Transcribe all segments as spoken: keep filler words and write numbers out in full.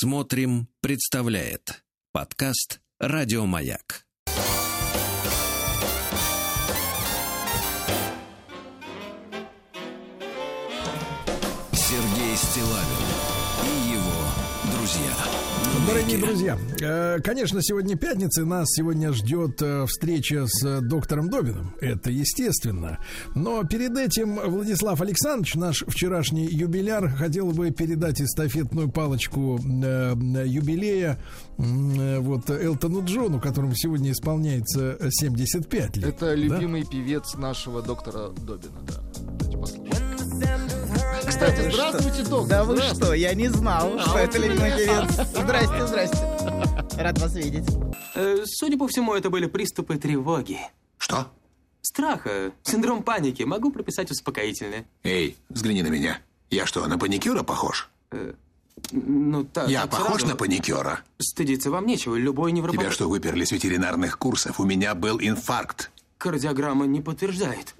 Смотрим, представляет подкаст «Радио Маяк». Сергей Стиллавин и его друзья. Дорогие друзья, конечно, сегодня пятница, нас сегодня ждет встреча с доктором Добиным, это естественно. Но перед этим Владислав Александрович, наш вчерашний юбиляр, хотел бы передать эстафетную палочку юбилея вот Элтону Джону, которому сегодня исполняется семьдесят пять лет. Это любимый да? певец нашего доктора Добина, да. Давайте послушаем. Кстати, здравствуйте, доктор. Да вы что, я не знал, а что это любимый певец. Здрасте, здрасте. Рад вас видеть. Э, судя по всему, это были приступы тревоги. Что? Страха, синдром паники. Могу прописать успокоительное. Эй, взгляни на меня. Я что, на паникюра похож? Э, ну, так, Я так похож сразу... на паникюра? Стыдиться вам нечего, любой невропатолог... Тебя что, выперли с ветеринарных курсов? У меня был инфаркт. Кардиограмма не подтверждает.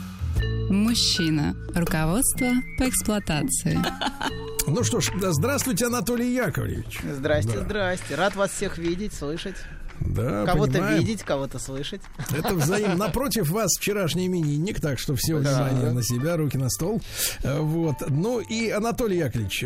Мужчина. Руководство по эксплуатации. Ну что ж, здравствуйте, Анатолий Яковлевич. Здрасте, да. здрасте. Рад вас всех видеть, слышать. Да, кого-то понимаем. видеть, кого-то слышать. Это взаимно. Напротив вас вчерашний именинник, так что все внимание да. на себя, руки на стол. Вот. Ну и, Анатолий Яковлевич,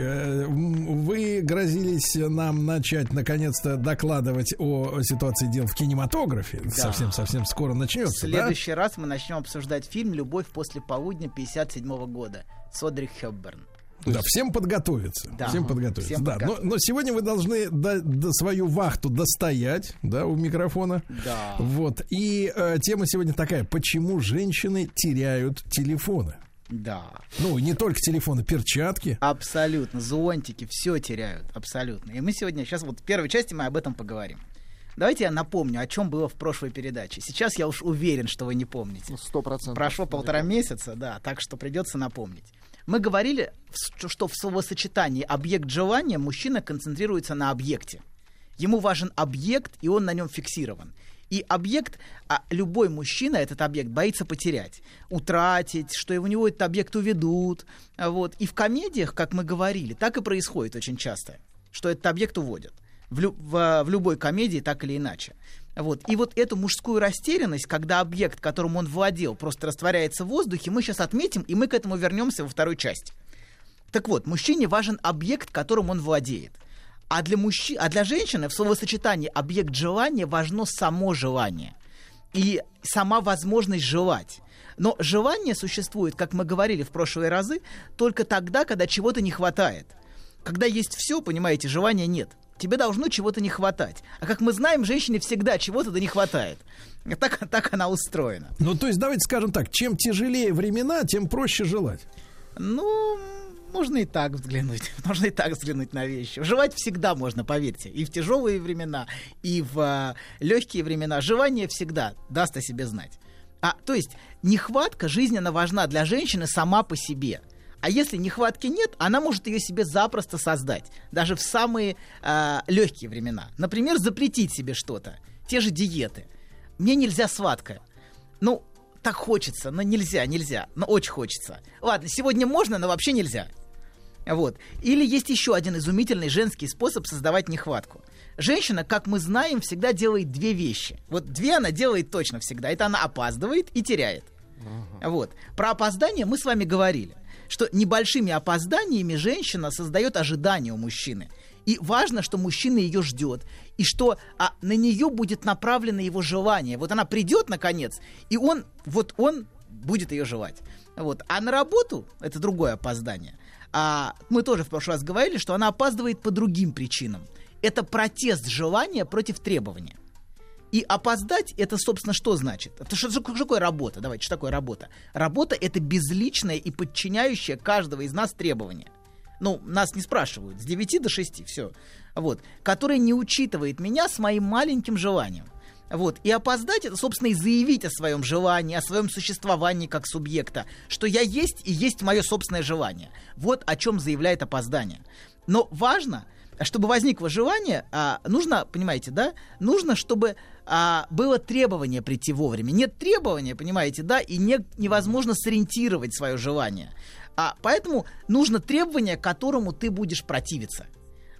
вы грозились нам начать наконец-то докладывать о ситуации дел в кинематографе. Да. Совсем-совсем скоро начнется. В следующий да? раз мы начнем обсуждать фильм «Любовь после полудня» пятьдесят седьмого года с Одри Хепберн. Да, всем подготовиться. Да, всем подготовиться. всем да, подготовиться. Но, но сегодня вы должны до, до свою вахту достоять, да, у микрофона. Да. Вот. И э, тема сегодня такая: почему женщины теряют телефоны? Да. Ну, не только телефоны, перчатки. Абсолютно. Зонтики, все теряют. Абсолютно. И мы сегодня, сейчас вот в первой части мы об этом поговорим. Давайте я напомню, о чем было в прошлой передаче. Сейчас я уж уверен, что вы не помните. Сто процентов. Прошло полтора месяца, да, так что придется напомнить. Мы говорили, что в словосочетании «объект желания» мужчина концентрируется на объекте. Ему важен объект, и он на нем фиксирован. И объект, а любой мужчина этот объект боится потерять, утратить, что у него этот объект уведут. Вот. И в комедиях, как мы говорили, так и происходит очень часто, что этот объект уводят. В, лю- в, в любой комедии так или иначе. Вот. И вот эту мужскую растерянность, когда объект, которым он владел, просто растворяется в воздухе, мы сейчас отметим, и мы к этому вернемся во второй части. Так вот, мужчине важен объект, которым он владеет. А для, мужчи... а для женщины в словосочетании объект желания важно само желание и сама возможность желать. Но желание существует, как мы говорили в прошлые разы, только тогда, когда чего-то не хватает. Когда есть все, понимаете, желания нет. Тебе должно чего-то не хватать. А как мы знаем, женщине всегда чего-то да не хватает. Так, так она устроена. Ну, то есть, давайте скажем так, чем тяжелее времена, тем проще желать. Ну, можно и так взглянуть. Можно и так взглянуть на вещи. Желать всегда можно, поверьте. И в тяжелые времена, и в а, легкие времена. Желание всегда даст о себе знать. А, то есть, нехватка жизненно важна для женщины сама по себе. А если нехватки нет, она может ее себе запросто создать, даже в самые э, легкие времена. Например, запретить себе что-то, те же диеты. Мне нельзя сладкое. Ну, так хочется, но нельзя, нельзя, но очень хочется. Ладно, сегодня можно, но вообще нельзя. Вот. Или есть еще один изумительный женский способ создавать нехватку. Женщина, как мы знаем, всегда делает две вещи. Вот две она делает точно всегда. Это она опаздывает и теряет. Uh-huh. Вот. Про опоздание мы с вами говорили, что небольшими опозданиями женщина создает ожидания у мужчины. И важно, что мужчина ее ждет, и что а, на нее будет направлено его желание. Вот она придет, наконец, и он, вот он будет ее желать. Вот. А на работу, это другое опоздание, а, мы тоже в прошлый раз говорили, что она опаздывает по другим причинам. Это протест желания против требования. И опоздать, это, собственно, что значит? Это что, что, что такое работа? Давайте, что такое работа? Работа — это безличное и подчиняющее каждого из нас требование. Ну, нас не спрашивают. С девяти до шести, все. Вот. Которое не учитывает меня с моим маленьким желанием. Вот. И опоздать — это, собственно, и заявить о своем желании, о своем существовании как субъекта, что я есть и есть мое собственное желание. Вот о чем заявляет опоздание. Но важно, чтобы возникло желание, а, нужно, понимаете, да, нужно, чтобы а, было требование прийти вовремя. Нет требования, понимаете, да, и не, невозможно сориентировать свое желание. А, поэтому нужно требование, которому ты будешь противиться.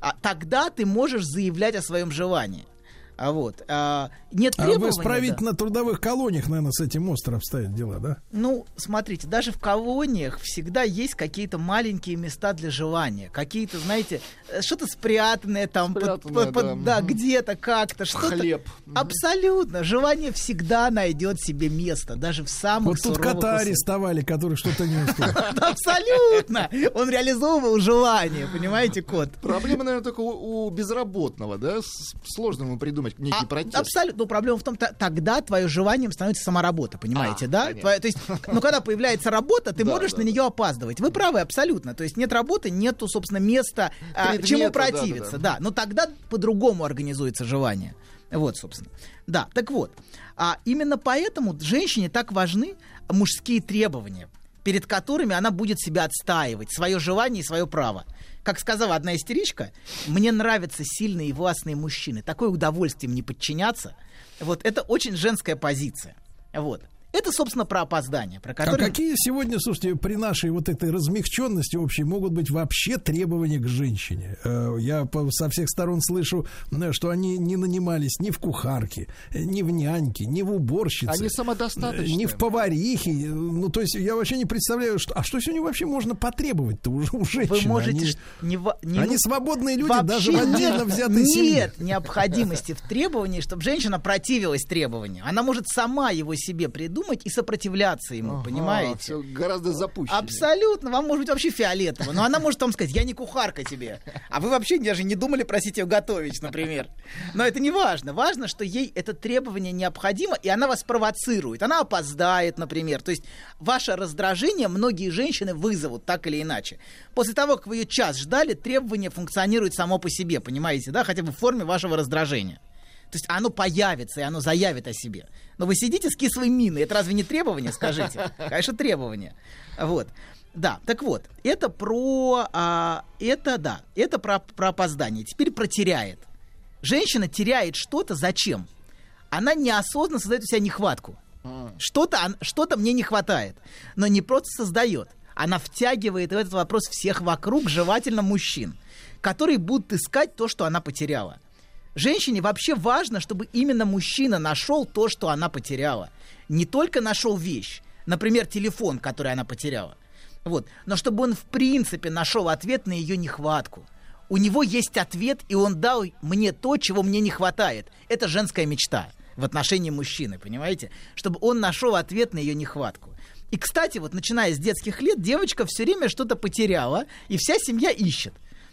а, тогда ты можешь заявлять о своем желании. А вот. А, нет а требований. в исправительно-трудовых да. колониях, наверное, с этим остро обстоят дела, да? Ну, смотрите, даже в колониях всегда есть какие-то маленькие места для желания. Какие-то, знаете, что-то спрятанное там, Спрятанное, под, под, да. под, да, где-то как-то. Что-то. Хлеб. Абсолютно. Желание всегда найдет себе место, даже в самых Вот тут суровых кота условиях. арестовали, который что-то не успел. Абсолютно. Он реализовывал желание, понимаете, кот. Проблема, наверное, только у, у безработного, да? С- Сложно ему придумать некий А, протест. абсолютно. Ну, проблема в том, что тогда твоим желанием становится саморабота, понимаете, А, да? понятно. Твоя- то есть, ну, когда появляется работа, ты Да, можешь да, на нее опаздывать. Вы правы, абсолютно. То есть нет работы, нету, собственно, места, а, Предмета, чему да, противиться. да, да. Да, но тогда по-другому организуется желание. Вот, собственно. Да, так вот. А именно поэтому женщине так важны мужские требования, перед которыми она будет себя отстаивать, свое желание и свое право. Как сказала одна истеричка, мне нравятся сильные и властные мужчины. Такое удовольствие им не подчиняться. Вот это очень женская позиция. Вот. Это, собственно, про опоздание, про А которое... какие сегодня, слушайте, при нашей вот этой размягченности общей могут быть вообще требования к женщине? Э, Я по- со всех сторон слышу, э, что они не нанимались ни в кухарки, э, ни в няньки, ни в уборщицы. Они э, самодостаточные. ни в поварихи. Ну, то есть я вообще не представляю, что... А что сегодня вообще можно потребовать-то у, у женщин? Вы можете... Они, ш- не во- не они ну- свободные люди, Вообще даже в отдельно нет, взятой семье. нет необходимости в требовании, чтобы женщина противилась требованию. Она может сама его себе придумать и сопротивляться ему, Ага, понимаете? всё гораздо запущеннее. Абсолютно, вам может быть вообще фиолетово, но она может вам сказать, я не кухарка тебе, а вы вообще даже не думали просить ее готовить, например. Но это не важно, важно, что ей это требование необходимо, и она вас провоцирует, она опоздает, например. То есть ваше раздражение многие женщины вызовут так или иначе. После того, как вы ее час ждали, требование функционирует само по себе, понимаете, да, хотя бы в форме вашего раздражения. То есть оно появится, и оно заявит о себе. Но вы сидите с кислой миной. Это разве не требование, скажите? Конечно, требование. Вот. Да, так вот, это про... А, это, да, это про, про опоздание. Теперь про теряет. Женщина теряет что-то зачем? Она неосознанно создает у себя нехватку. Что-то, ан- что-то мне не хватает. Но не просто создает. Она втягивает в этот вопрос всех вокруг, желательно мужчин, которые будут искать то, что она потеряла. Женщине вообще важно, чтобы именно мужчина нашел то, что она потеряла. Не только нашел вещь, например, телефон, который она потеряла, вот, но чтобы он в принципе нашел ответ на ее нехватку. У него есть ответ, и он дал мне то, чего мне не хватает. Это женская мечта в отношении мужчины, понимаете? Чтобы он нашел ответ на ее нехватку. И, кстати, вот начиная с детских лет, девочка все время что-то потеряла, и вся семья ищет.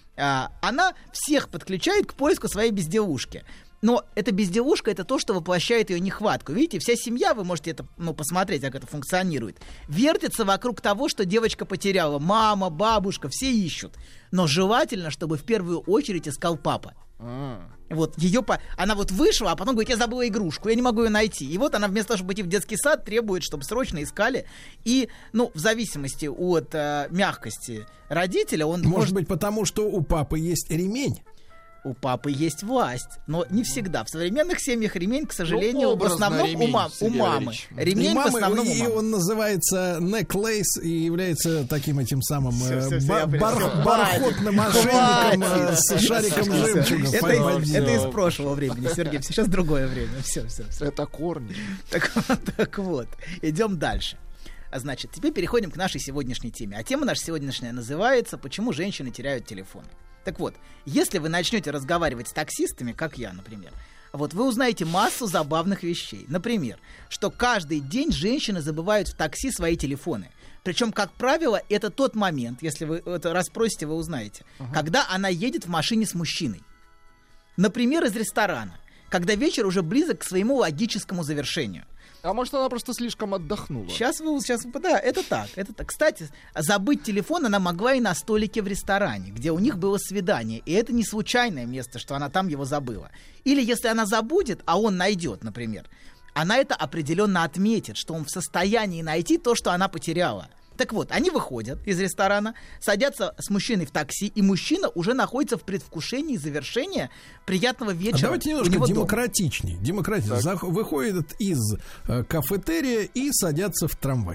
А, она всех подключает к поиску своей безделушки. Но эта безделушка — это то, что воплощает ее нехватку. Видите, вся семья, вы можете это, ну, посмотреть, как это функционирует, вертится вокруг того, что девочка потеряла. Мама, бабушка, все ищут. Но желательно, чтобы в первую очередь искал папа. А. Вот ее по... Она вот вышла, а потом говорит, я забыла игрушку, я не могу ее найти. И вот она вместо того, чтобы идти в детский сад, требует, чтобы срочно искали. И, ну, в зависимости от э, мягкости родителя, он Может может... быть, потому что у папы есть ремень. У папы есть власть, но не всегда. В современных семьях ремень, к сожалению, Ну, в образно основном ремень, у, мам, у Сергей мамы. Валерьевич. Ремень И в мамы, основном у и мамы. он называется necklace и является таким этим самым Всё, э, всё, всё, ба- я понял. бар- Всё, бархатным хватит. ошейником э, Хватит. с шариком Всё, всё. жемчуга. Это, Поймать. из, это из прошлого времени, Сергей. Сейчас другое время. Все, все, все. Это корни. Так, так вот, идем дальше. А значит, теперь переходим к нашей сегодняшней теме. А тема наша сегодняшняя называется «Почему женщины теряют телефоны?». Так вот, если вы начнете разговаривать с таксистами, как я, например, вот вы узнаете массу забавных вещей. Например, что каждый день женщины забывают в такси свои телефоны. Причем, как правило, это тот момент, если вы это расспросите, вы узнаете, uh-huh. когда она едет в машине с мужчиной. Например, из ресторана, когда вечер уже близок к своему логическому завершению. А может, она просто слишком отдохнула? Сейчас вы, сейчас, вы- да, это так, это так. Кстати, забыть телефон она могла и на столике в ресторане, где у них было свидание, и это не случайное место, что она там его забыла. Или если она забудет, а он найдет, например, она это определенно отметит, что он в состоянии найти то, что она потеряла. Так вот, они выходят из ресторана, садятся с мужчиной в такси, и мужчина уже находится в предвкушении завершения приятного А вечера. давайте у немножко него дома. демократичней. Демократичней. Зах- выходят из э, кафетерия и садятся в трамвай.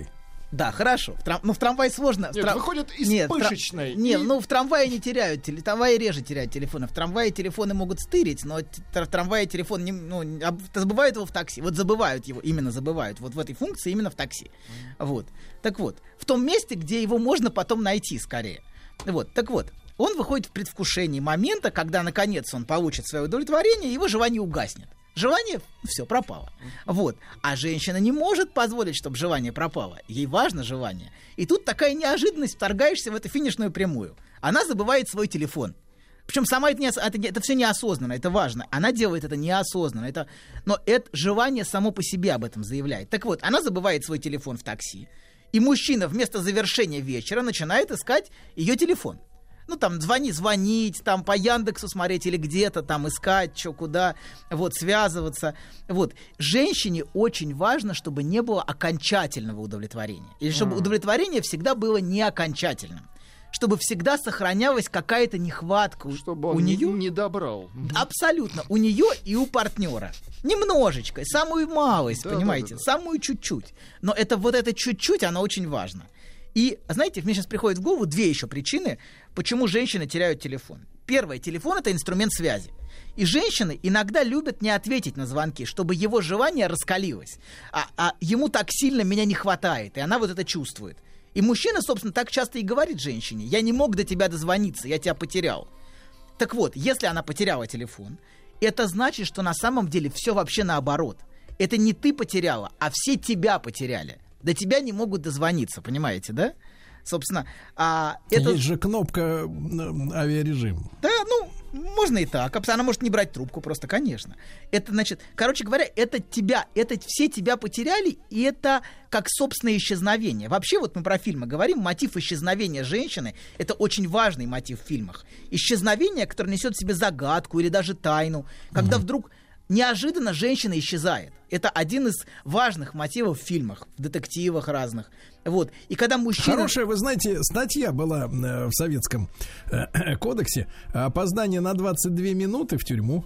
Да, хорошо. В трам... Ну, в трамвае сложно. Нет, в трам... выходят из Нет, пышечной. Тра... Нет, и... ну в трамвае не теряют, теле... в трамвае реже теряют телефоны. В трамвае телефоны могут стырить, но в трамвае телефон не... ну, об... забывают его в такси. Вот забывают его, именно забывают. Вот в этой функции именно в такси. Mm. Вот. Так вот, в том месте, где его можно потом найти скорее. Вот, так вот. Он выходит в предвкушении момента, когда наконец он получит свое удовлетворение, и его желание угаснет. Желание, все, пропало. Вот. А женщина не может позволить, чтобы желание пропало. Ей важно желание. И тут такая неожиданность, вторгаешься в эту финишную прямую. Она забывает свой телефон. Причем сама это, не, это, это все неосознанно, это важно. Она делает это неосознанно. Это, но это желание само по себе об этом заявляет. Так вот, она забывает свой телефон в такси. И мужчина вместо завершения вечера начинает искать ее телефон. Ну, там, звони, звонить, там, по Яндексу смотреть или где-то там искать, что, куда, вот, связываться. Вот. Женщине очень важно, чтобы не было окончательного удовлетворения. Или чтобы mm. удовлетворение всегда было не окончательным. Чтобы всегда сохранялась какая-то нехватка чтобы у нее. Не добрал. Абсолютно. У нее и у партнера. Немножечко, самую малость, да, понимаете, да, да, да. самую чуть-чуть. Но это вот это чуть-чуть, оно очень важно. И, знаете, мне сейчас приходит в голову две еще причины, почему женщины теряют телефон. Первое, телефон — это инструмент связи. И женщины иногда любят не ответить на звонки, чтобы его желание раскалилось. А, а ему так сильно меня не хватает, и она вот это чувствует. И мужчина, собственно, так часто и говорит женщине: я не мог до тебя дозвониться, я тебя потерял. Так вот, если она потеряла телефон, это значит, что на самом деле все вообще наоборот. Это не ты потеряла, а все тебя потеряли. До тебя не могут дозвониться, понимаете, да? Собственно, а это... Есть же кнопка авиарежим. Да, ну, можно и так. Она может не брать трубку просто, конечно. Это, значит, короче говоря, это тебя, это все тебя потеряли, и это как собственное исчезновение. Вообще, вот мы про фильмы говорим, мотив исчезновения женщины — это очень важный мотив в фильмах. Исчезновение, которое несет в себе загадку или даже тайну, когда mm-hmm. вдруг... неожиданно женщина исчезает. Это один из важных мотивов в фильмах, в детективах разных. Вот. И когда мужчина... Хорошая, вы знаете, статья была э, в Советском э, кодексе. Опоздание на двадцать две минуты в тюрьму.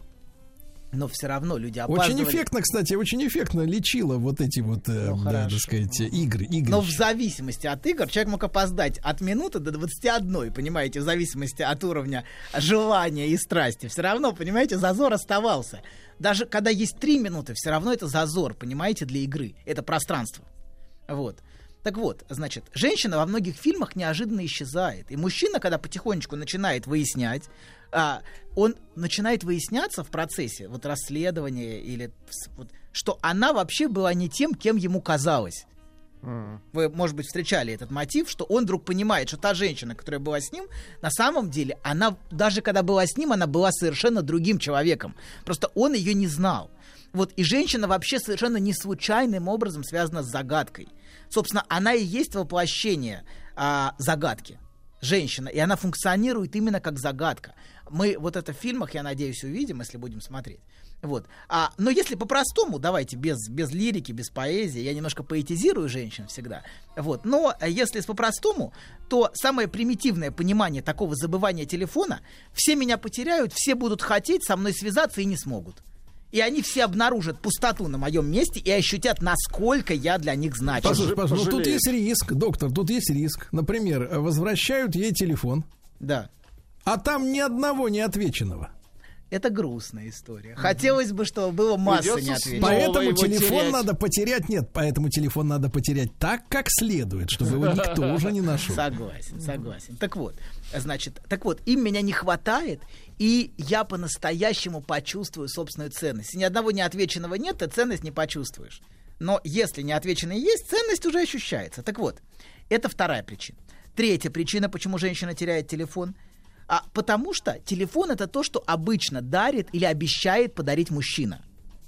Но все равно люди опаздывали. Очень эффектно, кстати, очень эффектно лечило вот эти вот, э, ну, да, так сказать, игры, игры. Но в зависимости от игр человек мог опоздать от минуты до двадцати одной, понимаете, в зависимости от уровня желания и страсти. Все равно, понимаете, зазор оставался. Даже когда есть три минуты, все равно это зазор, понимаете, для игры. Это пространство. Вот. Так вот, значит, женщина во многих фильмах неожиданно исчезает. И мужчина, когда потихонечку начинает выяснять, а, он начинает выясняться в процессе вот, расследования, или, вот, что она вообще была не тем, кем ему казалось. Mm. Вы, может быть, встречали этот мотив, что он вдруг понимает, что та женщина, которая была с ним, на самом деле, она, даже когда была с ним, она была совершенно другим человеком. Просто он ее не знал. Вот, и женщина вообще совершенно не случайным образом связана с загадкой. Собственно, она и есть воплощение а, загадки. Женщина. И она функционирует именно как загадка. Мы вот это в фильмах, я надеюсь, увидим, если будем смотреть. Вот. А, но если по-простому, давайте, без, без лирики, без поэзии, я немножко поэтизирую женщин всегда. Вот. Но если по-простому, то самое примитивное понимание такого забывания телефона: все меня потеряют, все будут хотеть со мной связаться и не смогут. И они все обнаружат пустоту на моем месте и ощутят, насколько я для них значим. Послушай, послушай, ну тут есть риск, доктор, тут есть риск. Например, возвращают ей телефон. Да. А там ни одного неотвеченного. Это грустная история. Хотелось бы, чтобы было масса неотвеченных. Поэтому телефон терять. надо потерять. Нет, поэтому телефон надо потерять так, как следует, чтобы его никто уже не нашел. Согласен, согласен. Так вот, значит, так вот, им меня не хватает, и я по-настоящему почувствую собственную ценность. Если ни одного неотвеченного нет, ты ценность не почувствуешь. Но если неотвеченный есть, ценность уже ощущается. Так вот, это вторая причина. Третья причина, почему женщина теряет телефон — А потому что телефон — это то, что обычно дарит или обещает подарить мужчина.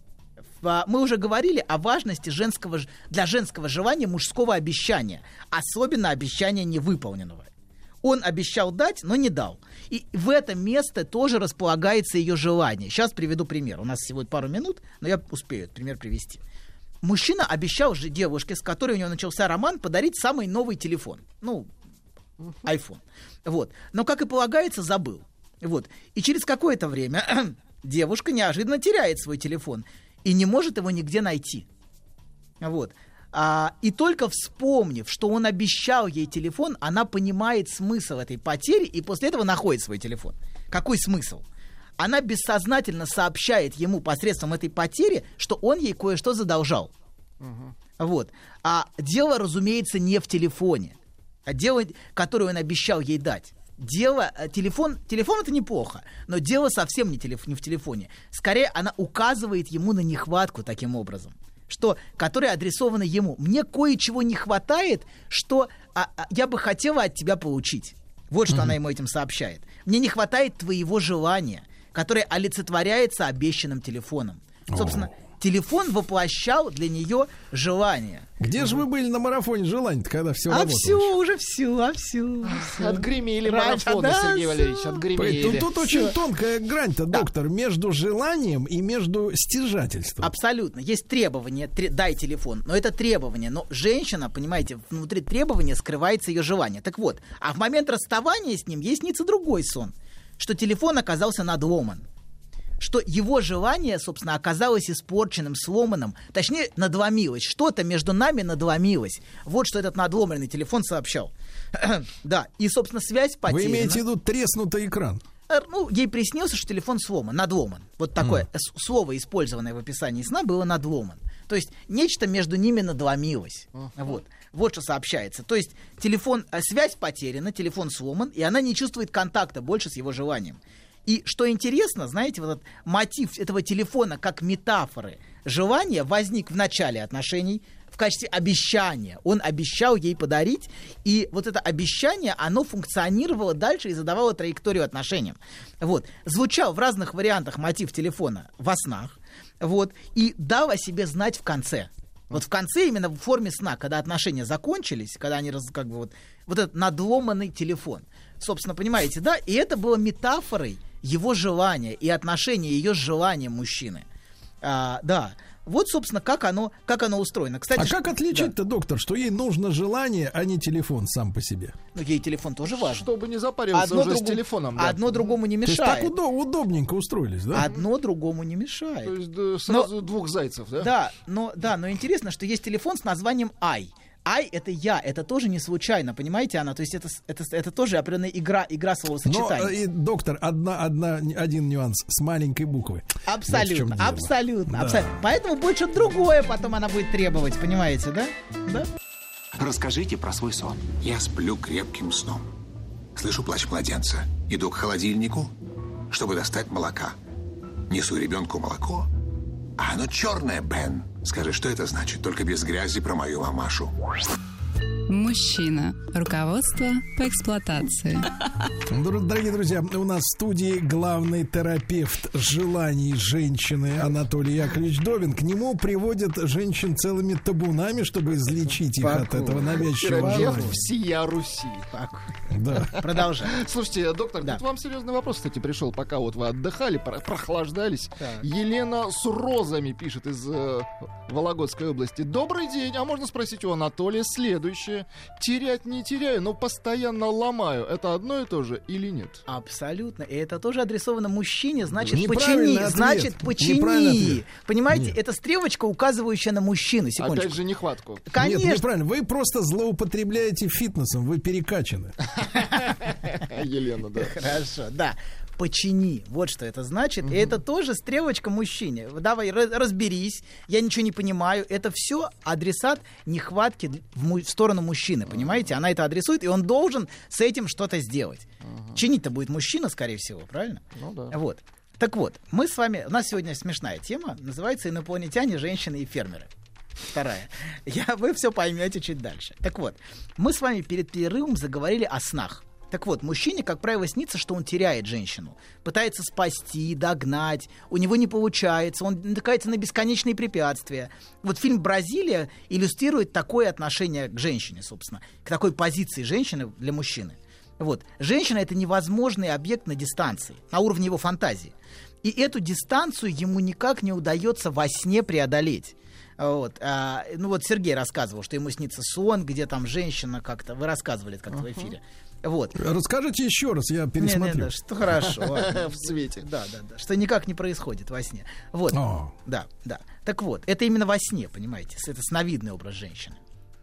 Мы уже говорили о важности женского, для женского желания мужского обещания, особенно обещания невыполненного. Он обещал дать, но не дал. И в это место тоже располагается ее желание. Сейчас приведу пример. У нас всего пару минут, но я успею этот пример привести. Мужчина обещал же девушке, с которой у него начался роман, подарить самый новый телефон. Ну, iPhone. Вот. Но, как и полагается, забыл. Вот. И через какое-то время девушка неожиданно теряет свой телефон и не может его нигде найти. Вот. А, и только вспомнив, что он обещал ей телефон, она понимает смысл этой потери и после этого находит свой телефон. Какой смысл? Она бессознательно сообщает ему посредством этой потери, что он ей кое-что задолжал. Uh-huh. Вот. А дело, разумеется, не в телефоне. А дело, которое он обещал ей дать. Дело, телефон, телефон это неплохо, но дело совсем не, телеф, не в телефоне. Скорее, она указывает ему на нехватку таким образом, что, которая адресована ему. Мне кое-чего не хватает, что а, а, я бы хотела от тебя получить. Вот что mm-hmm. она ему этим сообщает. Мне не хватает твоего желания, которое олицетворяется обещанным телефоном. Oh. Собственно, телефон воплощал для нее желание. Где mm-hmm. же вы были на марафоне желаний, когда все а работало? А все, уже все, а все. Отгремели марафоны, да, Сергей Валерьевич, отгремели. Тут, тут очень тонкая грань-то, да. доктор, между желанием и между стяжательством. Абсолютно. Есть требование, тре- дай телефон, но это требование. Но женщина, понимаете, внутри требования скрывается ее желание. Так вот, а в момент расставания с ним ей снится другой сон, что телефон оказался надломан. Что его желание, собственно, оказалось испорченным, сломанным, точнее, надломилось. Что-то между нами надломилось. Вот что этот надломленный телефон сообщал. Да, и, собственно, связь потеряна. Вы имеете в виду треснутый экран? Ну, ей приснился, что телефон сломан, надломан. Вот такое mm. слово, использованное в описании сна, было надломан. То есть нечто между ними надломилось. Uh-huh. Вот. Вот что сообщается. То есть телефон, связь потеряна, телефон сломан, и она не чувствует контакта больше с его желанием. И что интересно, знаете, вот этот мотив этого телефона как метафоры желания возник в начале отношений в качестве обещания. Он обещал ей подарить, и вот это обещание, оно функционировало дальше и задавало траекторию отношениям. Вот. Звучал в разных вариантах мотив телефона во снах, вот, и дал о себе знать в конце. Вот в конце, именно в форме сна, когда отношения закончились, когда они раз, как бы вот, вот этот надломанный телефон. Собственно, понимаете, да? И это было метафорой его желания и отношения ее с желанием мужчины. А, да. Вот, собственно, как оно, как оно устроено. Кстати, а что... как отличить-то, да. доктор, что ей нужно желание, а не телефон сам по себе? Ну, ей телефон тоже важен. Чтобы не запариваться одно уже другому, с телефоном. Да. Одно другому не мешает. То есть так удоб- удобненько устроились, да? Одно другому не мешает. То есть да, сразу но, двух зайцев, да? Да, но, да, но интересно, что есть телефон с названием «Ай». Ай — это я, это тоже не случайно, понимаете, Анна? То есть это, это, это тоже определенная игра, игра словосочетаний. Но, и, доктор, одна, одна, один нюанс с маленькой буквы. Абсолютно, вот абсолютно, да. абсолютно. Поэтому больше другое потом она будет требовать, понимаете, да? Да? Расскажите про свой сон. Я сплю крепким сном. Слышу плач младенца. Иду к холодильнику, чтобы достать молока. Несу ребенку молоко. А оно черное, Бен. Скажи, что это значит? Только без грязи про мою мамашу. Мужчина. Руководство по эксплуатации. Дорогие друзья, у нас в студии главный терапевт желаний женщины Анатолий Яковлевич Добин. К нему приводят женщин целыми табунами, чтобы излечить их Паку. От этого навязчивого желания. Терапевт всея Руси. Да. Продолжаем. Слушайте, доктор, да. тут вам серьезный вопрос, кстати, пришел, пока вот вы отдыхали, прохлаждались. Так. Елена с розами пишет из э, Вологодской области. Добрый день, а можно спросить у Анатолия следующее. Терять не теряю, но постоянно ломаю. Это одно и то же или нет? Абсолютно. И это тоже адресовано мужчине, значит, почини. Значит, почини. Понимаете, нет. это стрелочка, указывающая на мужчину. Секундочку. Опять же, нехватку. Конечно. Нет, неправильно. Вы просто злоупотребляете фитнесом, вы перекачаны. Елена, да. Хорошо, да. Почини. Вот что это значит. Mm-hmm. И это тоже стрелочка мужчине. Давай, разберись. Я ничего не понимаю. Это все адресат нехватки в, му- в сторону мужчины. Понимаете? Она это адресует, и он должен с этим что-то сделать. Mm-hmm. Чинить-то будет мужчина, скорее всего, правильно? Ну да. Вот. Так вот, мы с вами... У нас сегодня смешная тема. Называется «Инопланетяне, женщины и фермеры». Вторая. Я, вы все поймете чуть дальше. Так вот, мы с вами перед перерывом заговорили о снах. Так вот, мужчине, как правило, снится, что он теряет женщину. Пытается спасти, догнать. У него не получается. Он натыкается на бесконечные препятствия. Вот фильм «Бразилия» иллюстрирует такое отношение к женщине, собственно. К такой позиции женщины для мужчины. Вот. Женщина — это невозможный объект на дистанции, на уровне его фантазии. И эту дистанцию ему никак не удается во сне преодолеть. Вот. А, ну вот Сергей рассказывал, что ему снится сон, где там женщина как-то... Вы рассказывали это как-то uh-huh. в эфире. Вот. Расскажите еще раз, я пересмотрю. Не, не, да, что хорошо. В свете. Да, да, да. Что никак не происходит во сне. Вот. О. Да, да. Так вот, это именно во сне, понимаете? Это сновидный образ женщины.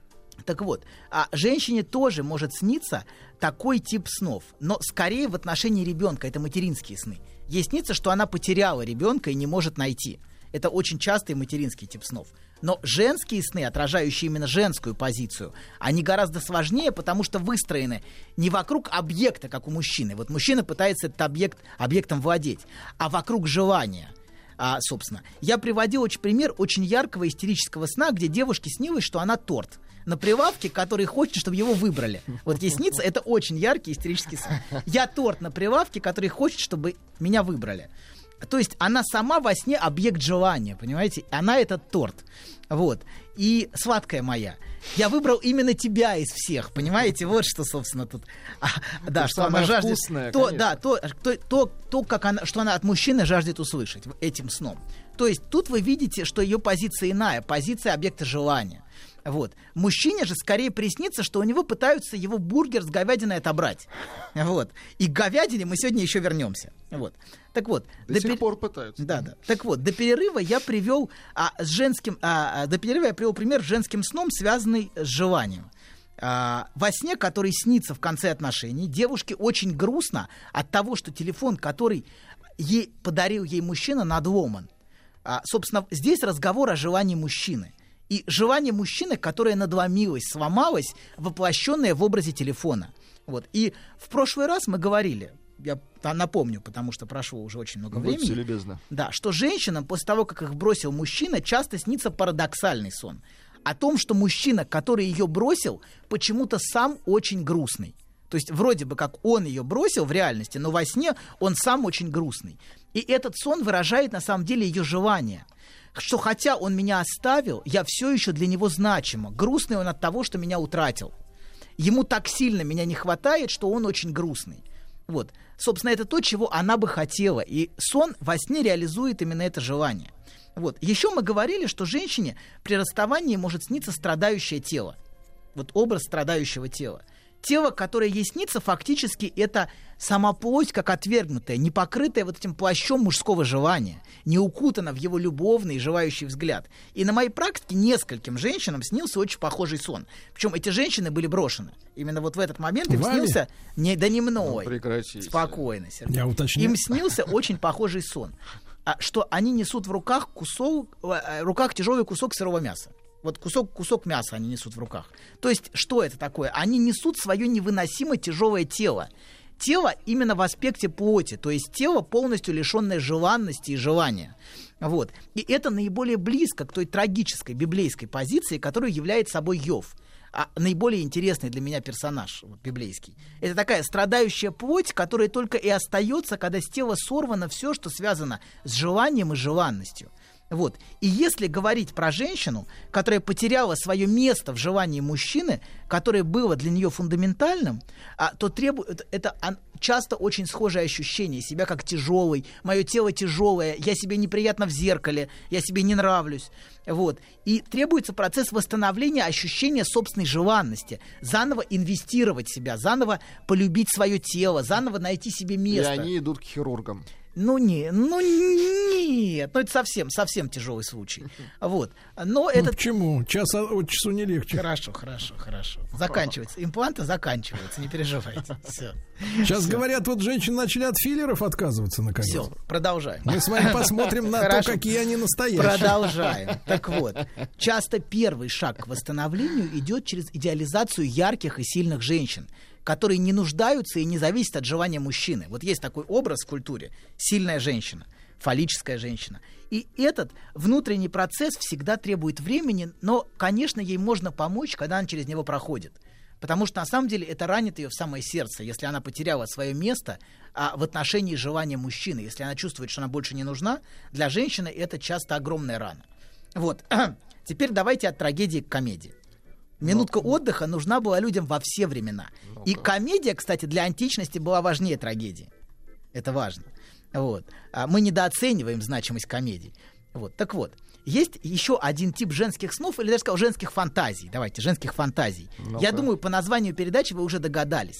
Так вот, а женщине тоже может сниться такой тип снов, но скорее в отношении ребенка, это материнские сны. Ей снится, что она потеряла ребенка и не может найти. Это очень частый материнский тип снов. Но женские сны, отражающие именно женскую позицию, они гораздо сложнее, потому что выстроены не вокруг объекта, как у мужчины. Вот мужчина пытается этот объект, объектом владеть, а вокруг желания. А, собственно, я приводил очень пример очень яркого истерического сна, где девушке снилось, что она торт на прилавке, который хочет, чтобы его выбрали. Вот ей снится, это очень яркий истерический сон. Я торт на прилавке, который хочет, чтобы меня выбрали. То есть она сама во сне объект желания, понимаете? Она этот торт. Вот. И сладкая моя, я выбрал именно тебя из всех, понимаете? Вот что, собственно, тут. А, да, что она жаждет. Вкусная, то, да, то, то, то, то, как она, что она от мужчины жаждет услышать этим сном. То есть тут вы видите, что ее позиция иная, позиция объекта желания. Вот. Мужчине же скорее приснится, что у него пытаются его бургер с говядиной отобрать. Вот. И к говядине мы сегодня еще вернемся. Вот. Так вот. До, до сих пер... пор пытаются. Да, да. Так вот, до перерыва я привел а, с женским, а, до перерыва я привел пример с женским сном, связанный с желанием. А, во сне, который снится в конце отношений, девушке очень грустно от того, что телефон, который ей подарил ей мужчина, надломан. А, собственно, здесь разговор о желании мужчины. И желание мужчины, которое надломилось, сломалось, воплощенное в образе телефона. Вот. И в прошлый раз мы говорили, я напомню, потому что прошло уже очень много времени. Будьте любезны. Да, что женщинам после того, как их бросил мужчина, часто снится парадоксальный сон. О том, что мужчина, который ее бросил, почему-то сам очень грустный. То есть вроде бы как он ее бросил в реальности, но во сне он сам очень грустный. И этот сон выражает на самом деле ее желание. Что хотя он меня оставил, я все еще для него значима. Грустный он от того, что меня утратил. Ему так сильно меня не хватает, что он очень грустный. Вот. Собственно, это то, чего она бы хотела. И сон во сне реализует именно это желание. Вот. Еще мы говорили, что женщине при расставании может сниться страдающее тело. Вот образ страдающего тела. Тело, которое ей снится, фактически это сама плоть, как отвергнутая, не покрытая вот этим плащом мужского желания, не укутана в его любовный и желающий взгляд. И на моей практике нескольким женщинам снился очень похожий сон. Причем эти женщины были брошены. Именно вот в этот момент им Вами? снился... Не, да не мной. Ну, прекратите. Спокойно, Сергей. Я уточню. Им снился очень похожий сон. А, что они несут в руках, кусок, в руках тяжелый кусок сырого мяса. Вот кусок, кусок мяса они несут в руках. То есть, что это такое? Они несут свое невыносимо тяжелое тело. Тело именно в аспекте плоти, то есть тело, полностью лишенное желанности и желания. Вот. И это наиболее близко к той трагической библейской позиции, которую является собой Йов. А наиболее интересный для меня персонаж вот, библейский. Это такая страдающая плоть, которая только и остается, когда с тела сорвано все, что связано с желанием и желанностью. Вот. И если говорить про женщину, которая потеряла свое место в желании мужчины, которое было для нее фундаментальным, а, то требует это а, часто очень схожее ощущение себя как тяжелый, мое тело тяжелое, я себе неприятно в зеркале, я себе не нравлюсь. Вот. И требуется процесс восстановления ощущения собственной желанности, заново инвестировать в себя, заново полюбить свое тело, заново найти себе место. И они идут к хирургам. Ну, не, ну нет, ну это совсем, совсем тяжелый случай. Вот. Но Ну, этот... почему? Час от часу не легче. Хорошо, хорошо, хорошо. Заканчивается. Импланты заканчиваются, не переживайте. Все. Сейчас говорят, вот женщины начали от филлеров отказываться наконец. Все, продолжаем. Мы с вами посмотрим на Хорошо. то, какие они настоящие. Продолжаем. Так вот, часто первый шаг к восстановлению идет через идеализацию ярких и сильных женщин, которые не нуждаются и не зависят от желания мужчины. Вот есть такой образ в культуре. Сильная женщина, фаллическая женщина. И этот внутренний процесс всегда требует времени, но, конечно, ей можно помочь, когда она через него проходит. Потому что, на самом деле, это ранит ее в самое сердце, если она потеряла свое место а, в отношении желания мужчины. Если она чувствует, что она больше не нужна, для женщины это часто огромная рана. Вот. Теперь давайте от трагедии к комедии. Минутка отдыха нужна была людям во все времена. И комедия, кстати, для античности была важнее трагедии. Это важно. Вот. А мы недооцениваем значимость комедий. Вот. Так вот, есть еще один тип женских снов, или даже сказал, женских фантазий. Давайте, женских фантазий. Ну-ка. Я думаю, по названию передачи вы уже догадались.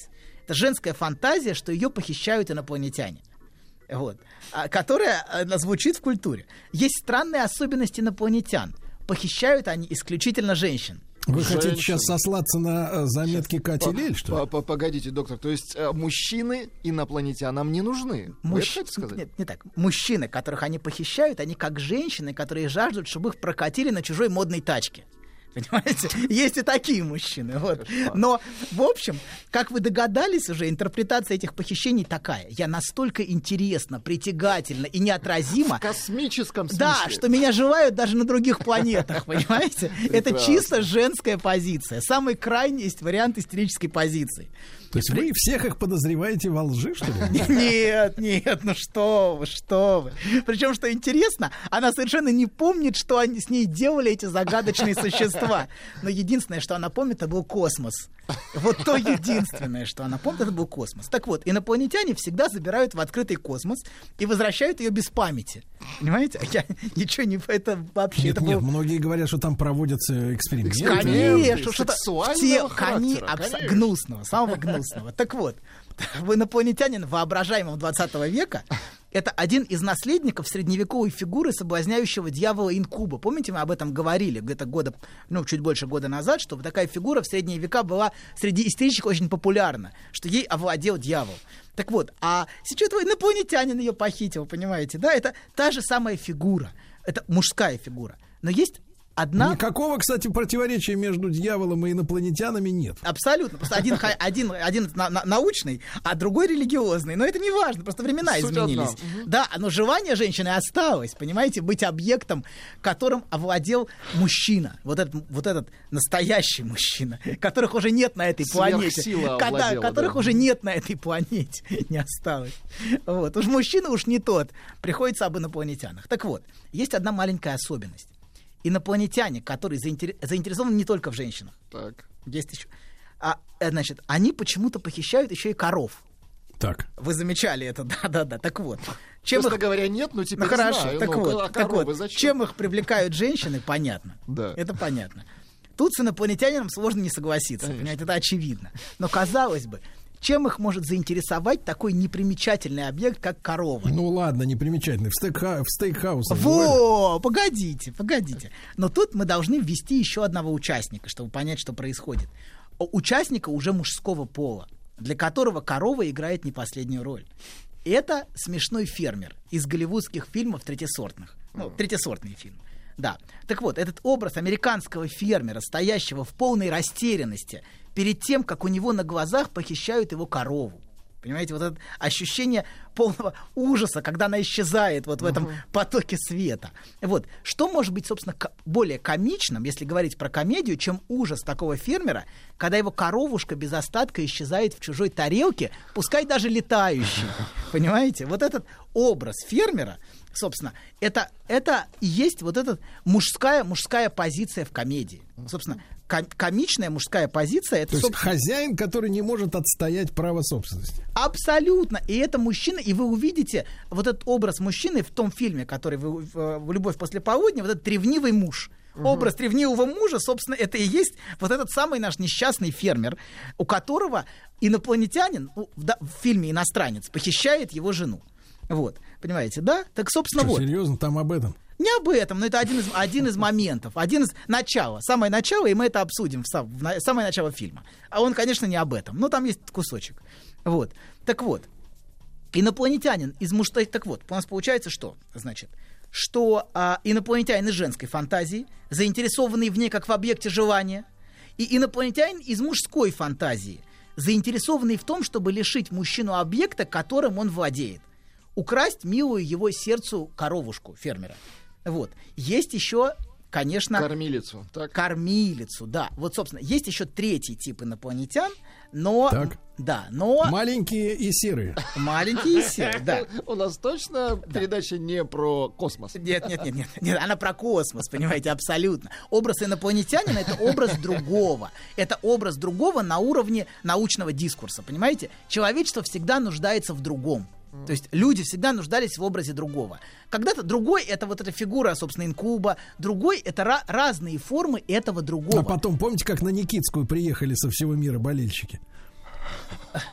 Это женская фантазия, что ее похищают инопланетяне. Вот. А, которая а, звучит в культуре. Есть странные особенности инопланетян. Похищают они исключительно женщин. Вы Женщин. хотите сейчас сослаться на э, заметки Кати Лель, что ли? Погодите, доктор, то есть э, мужчины инопланетянам не нужны? Вы Мужч... это хотите сказать? Нет, не так. Мужчины, которых они похищают, они как женщины, которые жаждут, чтобы их прокатили на чужой модной тачке. Понимаете? Есть и такие мужчины. Вот. Но, в общем, как вы догадались уже, интерпретация этих похищений такая. Я настолько интересна, притягательна и неотразима. В космическом смысле. Да, что меня желают даже на других планетах, понимаете? Это чисто женская позиция. Самый крайний есть вариант истерической позиции. То есть вы всех их подозреваете во лжи, что ли? Нет, нет, ну что вы, что вы. Причем, что интересно, она совершенно не помнит, что они с ней делали, эти загадочные существа. Но единственное, что она помнит, это был космос. Вот то единственное, что она помнит, это был космос. Так вот, инопланетяне всегда забирают в открытый космос и возвращают ее без памяти. Понимаете? Я ничего не... Это вообще... Нет, это нет, было... многие говорят, что там проводятся эксперименты. Конечно, что-то сексуального характера, абс... конечно. гнусного, самого гнусного. Так вот, инопланетянин воображаемого двадцатого века — это один из наследников средневековой фигуры соблазняющего дьявола инкуба. Помните, мы об этом говорили где-то года, ну, чуть больше года назад, что такая фигура в средние века была среди истеричек очень популярна, что ей овладел дьявол. Так вот, а сейчас инопланетянин ее похитил, понимаете, да? Это та же самая фигура, это мужская фигура. Но есть одна... Никакого, кстати, противоречия между дьяволом и инопланетянами нет. Абсолютно. Просто один, один, один на, на, научный, а другой религиозный. Но это не важно, просто времена Суть изменились. одна. Да, но желание женщины осталось, понимаете, быть объектом, которым овладел мужчина. Вот этот, вот этот настоящий мужчина, которых уже нет на этой планете. Сверхсила Когда, овладела, которых да. уже нет на этой планете. Не осталось. Вот. Уж мужчина уж не тот. Приходится об инопланетянах. Так вот, есть одна маленькая особенность. Инопланетяне, которые заинтер... заинтересованы не только в женщинах. Так. Есть еще. А, значит, они почему-то похищают еще и коров. Так. Вы замечали это, да-да-да. Так вот. Чем Честно их... говоря, нет, но теперь Ну хорошо, знаю. так, Ну, вот, а так коровы вот, зачем? чем их привлекают женщины, понятно. Да. Это понятно. Тут с инопланетянином сложно не согласиться, Конечно. понимаете, это очевидно. Но казалось бы, чем их может заинтересовать такой непримечательный объект, как корова? Ну ладно, непримечательный. В, стейкха... в стейкхаусах бывали? Во, погодите, погодите. Но тут мы должны ввести еще одного участника, чтобы понять, что происходит. У участника уже мужского пола, для которого корова играет не последнюю роль. Это смешной фермер из голливудских фильмов третьесортных. Ну, третьесортный фильм. Да. Так вот, этот образ американского фермера, стоящего в полной растерянности перед тем, как у него на глазах похищают его корову. Понимаете, вот это ощущение полного ужаса, когда она исчезает вот в этом uh-huh. потоке света. Вот. Что может быть, собственно, к- более комичным, если говорить про комедию, чем ужас такого фермера, когда его коровушка без остатка исчезает в чужой тарелке, пускай даже летающей. Понимаете? Вот этот образ фермера, собственно, это, это и есть вот эта мужская, мужская позиция в комедии. Собственно, ком- комичная мужская позиция — это, То есть собственно... хозяин, который не может отстоять право собственности. Абсолютно. И это мужчина, и вы увидите вот этот образ мужчины в том фильме, который вы в, в «Любовь после полудня», вот этот ревнивый муж. Угу. Образ ревнивого мужа, собственно, это и есть вот этот самый наш несчастный фермер, у которого инопланетянин, ну, в, да, в фильме «Иностранец», похищает его жену. Вот, понимаете, да? Так, собственно, Что, вот. серьезно, там об этом? Не об этом, но это один из, один из моментов, один из начала, самое начало, и мы это обсудим в, сам, в на, самое начало фильма. А он, конечно, не об этом, но там есть кусочек. Вот, так вот, инопланетянин из мужской... Так вот, у нас получается что? Значит, что а, инопланетянин из женской фантазии, заинтересованный в ней как в объекте желания, и инопланетянин из мужской фантазии, заинтересованный в том, чтобы лишить мужчину объекта, которым он владеет. Украсть милую его сердцу коровушку фермера. Вот. Есть еще, конечно... Кормилицу. Так. Кормилицу, да. Вот, собственно, есть еще третий тип инопланетян, но... Так. Да, но... Маленькие и серые. Маленькие и серые, да. У нас точно передача не про космос? Нет, нет, нет, нет, нет, она про космос, понимаете, абсолютно. Образ инопланетянина — это образ другого. Это образ другого на уровне научного дискурса, понимаете? Человечество всегда нуждается в другом. То есть люди всегда нуждались в образе другого. Когда-то другой — это вот эта фигура, собственно, инкуба. Другой — это ra- разные формы этого другого. А потом, помните, как на Никитскую приехали со всего мира болельщики?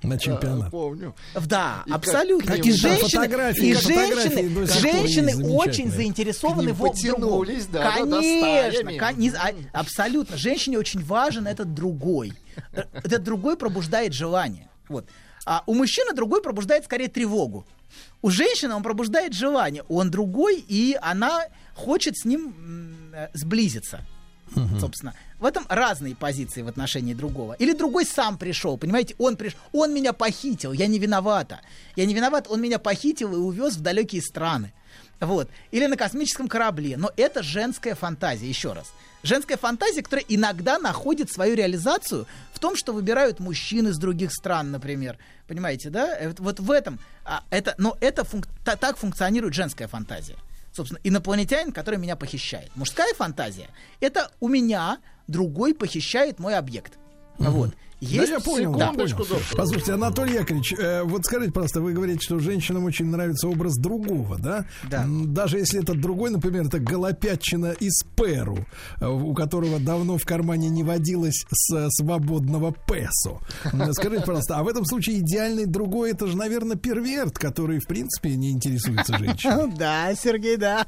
На чемпионат. Да, помню. Да, И абсолютно. как- И да, женщины, фотографии, и фотографии женщины, до сих пор женщины есть очень замечательные. заинтересованы К в ним в другом. потянулись, да, да, да, Конечно, стаями. кон- не- а- абсолютно. Женщине очень важен этот другой. Этот другой пробуждает желание. Вот. А у мужчины другой пробуждает скорее тревогу. У женщины он пробуждает желание. Он другой, и она хочет с ним м, э, сблизиться. Собственно, в этом разные позиции в отношении другого. Или другой сам пришел, понимаете, он пришел, он меня похитил, я не виновата. Я не виноват, он меня похитил и увез в далекие страны. Вот. Или на космическом корабле. Но это женская фантазия, еще раз. Женская фантазия, которая иногда находит свою реализацию в том, что выбирают мужчин из других стран, например. Понимаете, да? Вот, вот в этом. А, это, но это функ- та- так функционирует женская фантазия. Собственно, инопланетянин, который меня похищает. Мужская фантазия — это у меня другой похищает мой объект. Вот. Есть... Да, я понял, да, понял. Секундочку, доктор. Послушайте, Анатолий Яковлевич, э, вот скажите, просто, вы говорите, что женщинам очень нравится образ другого, да? Да. М, Даже если этот другой, например, это голопятчина из Перу, э, у которого давно в кармане не водилось с свободного песо. М, Скажите, пожалуйста, а в этом случае идеальный другой, это же, наверное, перверт, который, в принципе, не интересуется женщиной. Да, Сергей, да.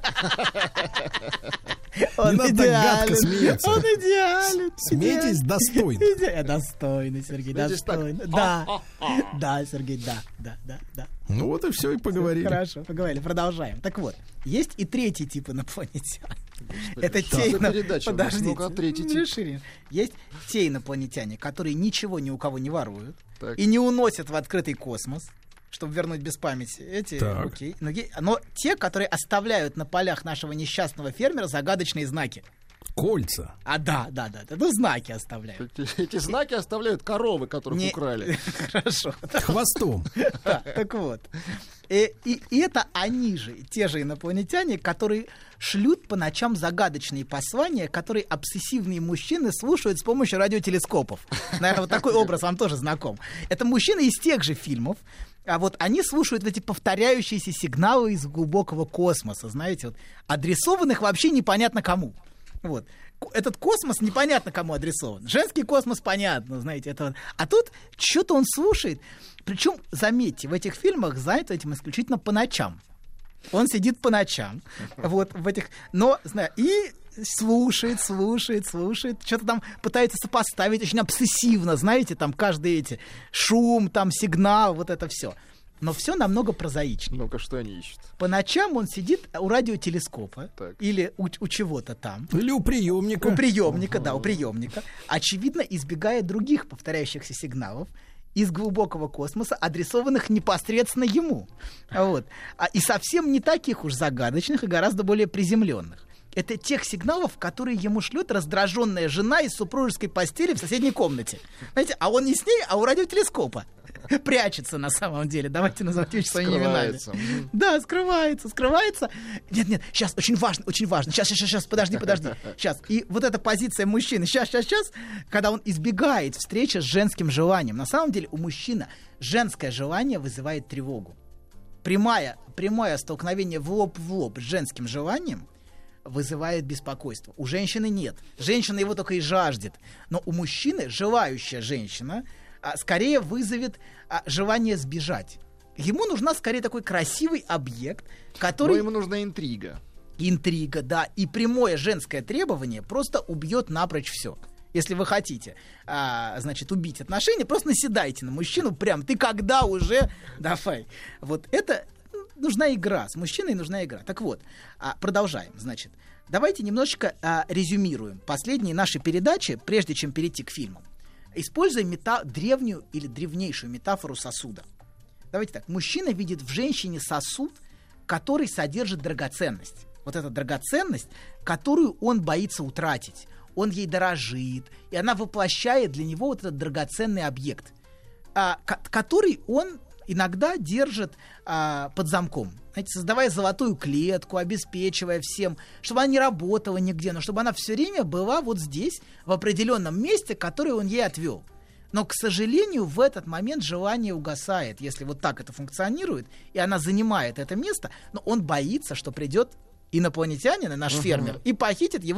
Не надо так гадко смеяться. Он идеален. Смейтесь достойно. Иде- Достойно, Сергей, Видишь, так. достойно. Да, да, Сергей, да, да, да, да. Ну вот и все, и поговорили. Хорошо, поговорили, продолжаем. Так вот, есть и третий тип инопланетян. Это что те за ино- передача у нас? Подождите, Ну-ка, третий тип. расширим. Есть те инопланетяне, которые ничего ни у кого не воруют Так. и не уносят в открытый космос, чтобы вернуть без памяти. Эти, Так. окей. Но, е- но те, которые оставляют на полях нашего несчастного фермера загадочные знаки. Кольца. А да, да, да, да, ну знаки оставляют. Эти, эти знаки оставляют коровы, которых Не- украли. Хорошо. Хвостом. Да, так вот. И, и- и это они же, те же инопланетяне, которые шлют по ночам загадочные послания, которые обсессивные мужчины слушают с помощью радиотелескопов. Наверное, вот такой образ вам тоже знаком. Это мужчины из тех же фильмов, а вот они слушают эти повторяющиеся сигналы из глубокого космоса, знаете, вот, адресованных вообще непонятно кому. Вот. К- Этот космос непонятно кому адресован. Женский космос понятно, знаете. Это... вот. А тут что-то он слушает. Причем, заметьте, в этих фильмах занят этим исключительно по ночам. Он сидит по ночам. Вот в этих... Но, знаю, и слушает, слушает, слушает. Что-то там пытается сопоставить очень обсессивно, знаете, там каждый эти... Шум, там сигнал, вот это все. Но все намного прозаичнее. Ну-ка, что они ищут? По ночам он сидит у радиотелескопа Так. или у, у чего-то там. Или у приемника. У приемника, да, у приемника. Очевидно, избегая других повторяющихся сигналов из глубокого космоса, адресованных непосредственно ему. Вот. А, и совсем не таких уж загадочных и гораздо более приземленных. Это тех сигналов, которые ему шлет раздраженная жена из супружеской постели в соседней комнате. Знаете, а он не с ней, а у радиотелескопа. Прячется на самом деле. Давайте назовем вещи своими именами. Скрывается. Мгм. Да, скрывается, скрывается. Нет, нет, сейчас очень важно, очень важно. Сейчас, сейчас, сейчас, подожди, подожди. Сейчас. И вот эта позиция мужчины, сейчас, сейчас, сейчас, когда он избегает встречи с женским желанием. На самом деле у мужчины женское желание вызывает тревогу. Прямое, прямое столкновение в лоб в лоб с женским желанием вызывает беспокойство. У женщины нет. Женщина его только и жаждет. Но у мужчины желающая женщина а, скорее вызовет а, желание сбежать. Ему нужна скорее такой красивый объект, Но который... ему нужна интрига. Интрига, да. И прямое женское требование просто убьет напрочь все. Если вы хотите, а, значит, убить отношения, просто наседайте на мужчину прям. Ты когда уже? Давай. Вот это... Нужна игра, с мужчиной нужна игра. Так вот, а, продолжаем. Значит, давайте немножечко а, резюмируем последние наши передачи, прежде чем перейти к фильмам. Используя мета... древнюю или древнейшую метафору сосуда. Давайте так. Мужчина видит в женщине сосуд, который содержит драгоценность. Вот эта драгоценность, которую он боится утратить. Он ей дорожит, и она воплощает для него вот этот драгоценный объект, а, ко- который он иногда держит а, под замком, знаете, создавая золотую клетку, обеспечивая всем, чтобы она не работала нигде, но чтобы она все время была вот здесь, в определенном месте, которое он ей отвел. Но, к сожалению, в этот момент желание угасает, если вот так это функционирует, и она занимает это место, но он боится, что придет инопланетянин, наш Угу. фермер, и похитит его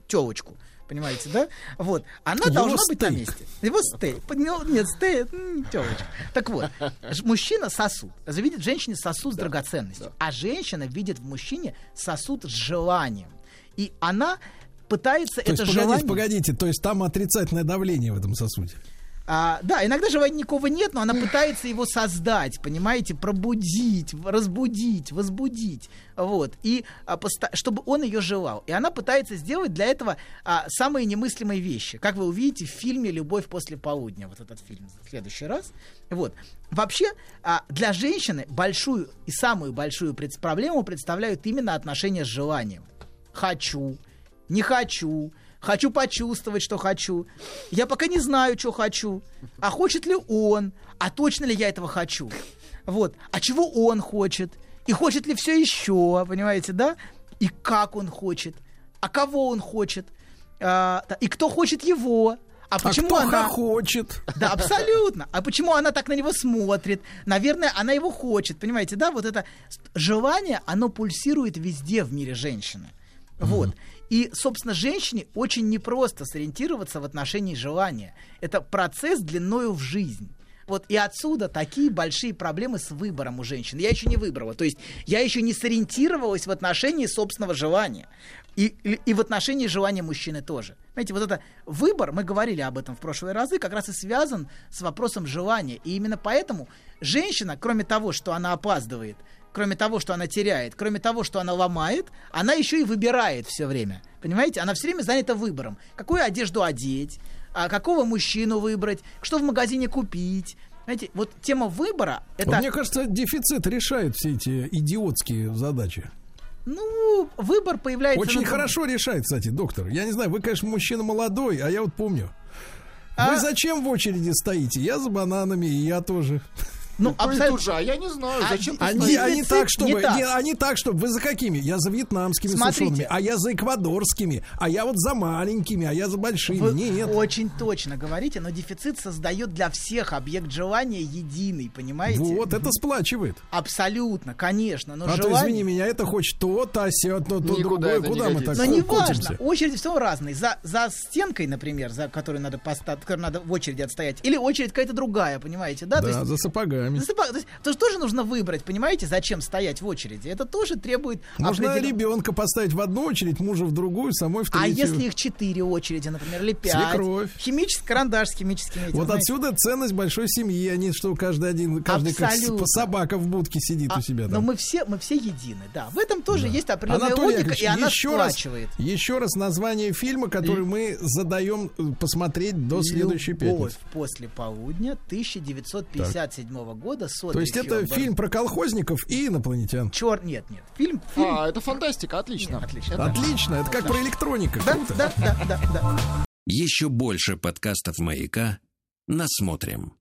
телочку. Понимаете, да? Вот. Она Его должна стейк. быть на месте. Его стейк. Нет, стейк, телочка. Так вот, ж- мужчина сосуд. Видит в женщине сосуд с драгоценностью. А женщина видит в мужчине сосуд с желанием. И она пытается То есть, это погодите, желание... погодите, то есть там отрицательное давление в этом сосуде. А, да, иногда желания никакого нет, но она пытается его создать, понимаете, пробудить, разбудить, возбудить, вот, и а, поста- чтобы он ее желал. И она пытается сделать для этого а, самые немыслимые вещи, как вы увидите в фильме «Любовь после полудня», вот этот фильм в следующий раз. Вот. Вообще, а, для женщины большую и самую большую пред- проблему представляют именно отношения с желанием. Хочу, не хочу, хочу почувствовать, что хочу. Я пока не знаю, что хочу. А хочет ли он? А точно ли я этого хочу? Вот. А чего он хочет? И хочет ли все еще? Понимаете, да? И как он хочет? А кого он хочет? А, да, и кто хочет его? А почему а кто она... хочет? Да, абсолютно. А почему она так на него смотрит? Наверное, она его хочет. Понимаете, да? Вот это желание, оно пульсирует везде в мире женщины. Вот. И, собственно, женщине очень непросто сориентироваться в отношении желания. Это процесс длиною в жизнь. Вот, и отсюда такие большие проблемы с выбором у женщин. Я еще не выбрала. То есть я еще не сориентировалась в отношении собственного желания. И, и, и в отношении желания мужчины тоже. Знаете, вот это выбор, мы говорили об этом в прошлые разы, как раз и связан с вопросом желания. И именно поэтому женщина, кроме того, что она опаздывает, кроме того, что она теряет, кроме того, что она ломает, она еще и выбирает все время. Понимаете? Она все время занята выбором. Какую одежду одеть, а какого мужчину выбрать, что в магазине купить. Знаете, вот тема выбора... это, Вот мне кажется, дефицит решает все эти идиотские задачи. Ну, выбор появляется... Очень на... хорошо решает, кстати, доктор. Я не знаю, вы, конечно, мужчина молодой, а я вот помню. А? Вы зачем в очереди стоите? Я за бананами, и я тоже. Ну, Ну, абсолютно... тут же, а я не знаю, А зачем ты Они, стоишь? они дефицит так, чтобы, не так. не, они так, чтобы, вы за какими? Я за вьетнамскими Смотрите. сушеными, а я за эквадорскими, а я вот за маленькими, а я за большими. Вы Нет. очень точно говорите, но дефицит создает для всех объект желания единый, понимаете? Вот, это сплачивает. Абсолютно, конечно. Но а то, желание... извини меня, это хочет то, то, сё, то, то, Никуда другое. это не Куда мы годится. так Но не котимся? важно, очередь все разные. За, за стенкой, например, за которую надо поста- которую надо в очереди отстоять, или очередь какая-то другая, понимаете, да? Да, То есть, за сапогами. за сапог- то есть, то есть тоже нужно выбрать, понимаете, зачем стоять в очереди. Это тоже требует Можно определен- ребенка поставить в одну очередь, мужа в другую, самой в А третью. если их четыре очереди, например, или пять? Свекровь. Химический карандаш с химическими этими, Вот знаете. отсюда ценность большой семьи, а не что каждый один, каждый как с- Абсолютно. собака в будке сидит А, у себя но там. мы все, мы все едины, да. В этом тоже есть определенная Анатолий логика, Яковлевич, и она еще раз, сплачивает. еще раз название фильма, который мы задаем э, посмотреть до следующей «Любовь пятницы. после полудня» тысяча девятьсот пятьдесят седьмого года. То есть это фильм про колхозников и инопланетян. Чёр... Нет, нет. Фильм... фильм... А, это фантастика, отлично. Нет, отлично. Это- Отлично, это как про электроника. Да, Круто. да, да, да, да. Еще больше подкастов «Маяка» насмотрим.